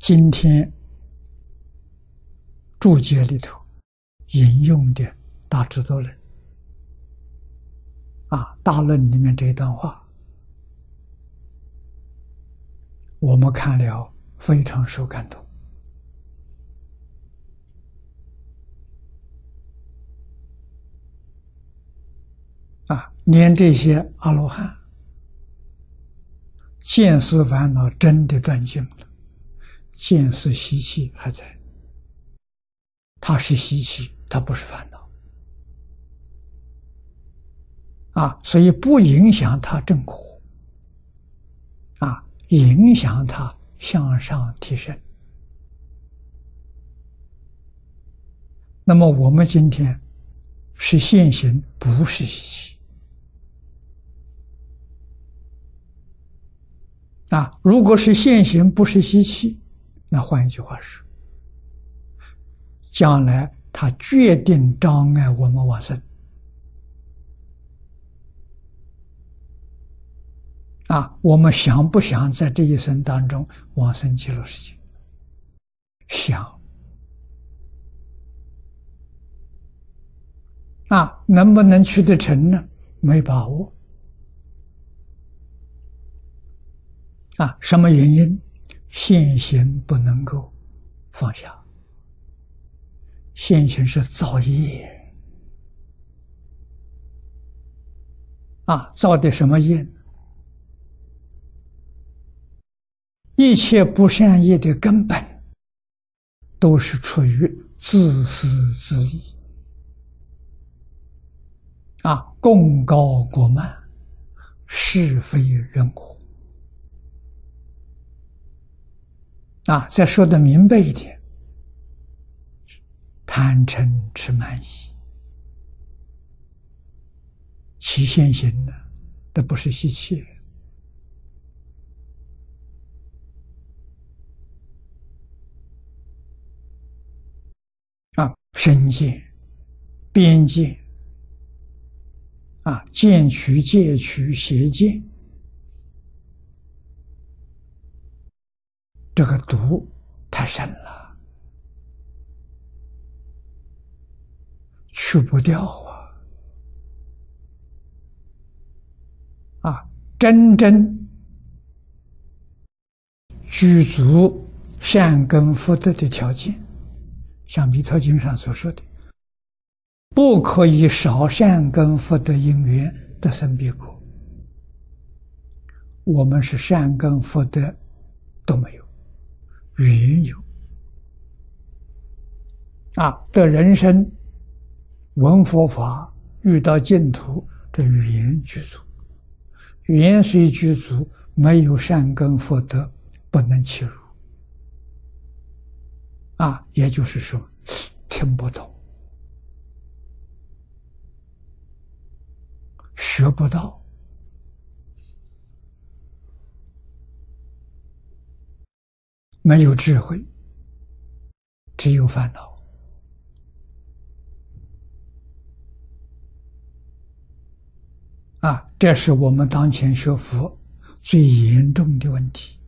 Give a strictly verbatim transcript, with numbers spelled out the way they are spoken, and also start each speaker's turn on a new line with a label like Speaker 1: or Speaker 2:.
Speaker 1: 今天注解里头引用的《大智度论》啊，大论里面这一段话，我们看了非常受感动。啊，连这些阿罗汉见思烦恼真的断尽了，见思习气还在，它是习气，它不是烦恼啊，所以不影响他正果啊，影响他向上提升。那么我们今天是现行，不是习气啊。如果是现行，不是习气，那换一句话说，将来它决定障碍我们往生啊！我们想不想在这一生当中往生极乐世界？想啊，能不能去得成呢？没把握啊！什么原因？现行不能够放下，现行是造业啊！造的什么业呢？一切不善业的根本都是出于自私自利啊，功高过慢，是非人我啊。再说的明白一点，贪嗔痴慢疑，其现行的都不是习气啊，身见、边见啊，见取、戒取、邪见，这个毒太深了，去不掉啊！啊，真正具足善根福德的条件，像《弥陀经》上所说的，不可以少善根福德因缘得生彼国。我们是善根福德都没有，缘有啊，得人生闻佛法，遇到净土，这缘具足，缘虽具足，没有善根福德不能契入啊，也就是说听不懂，学不到，没有智慧，只有烦恼啊！这是我们当前学佛最严重的问题。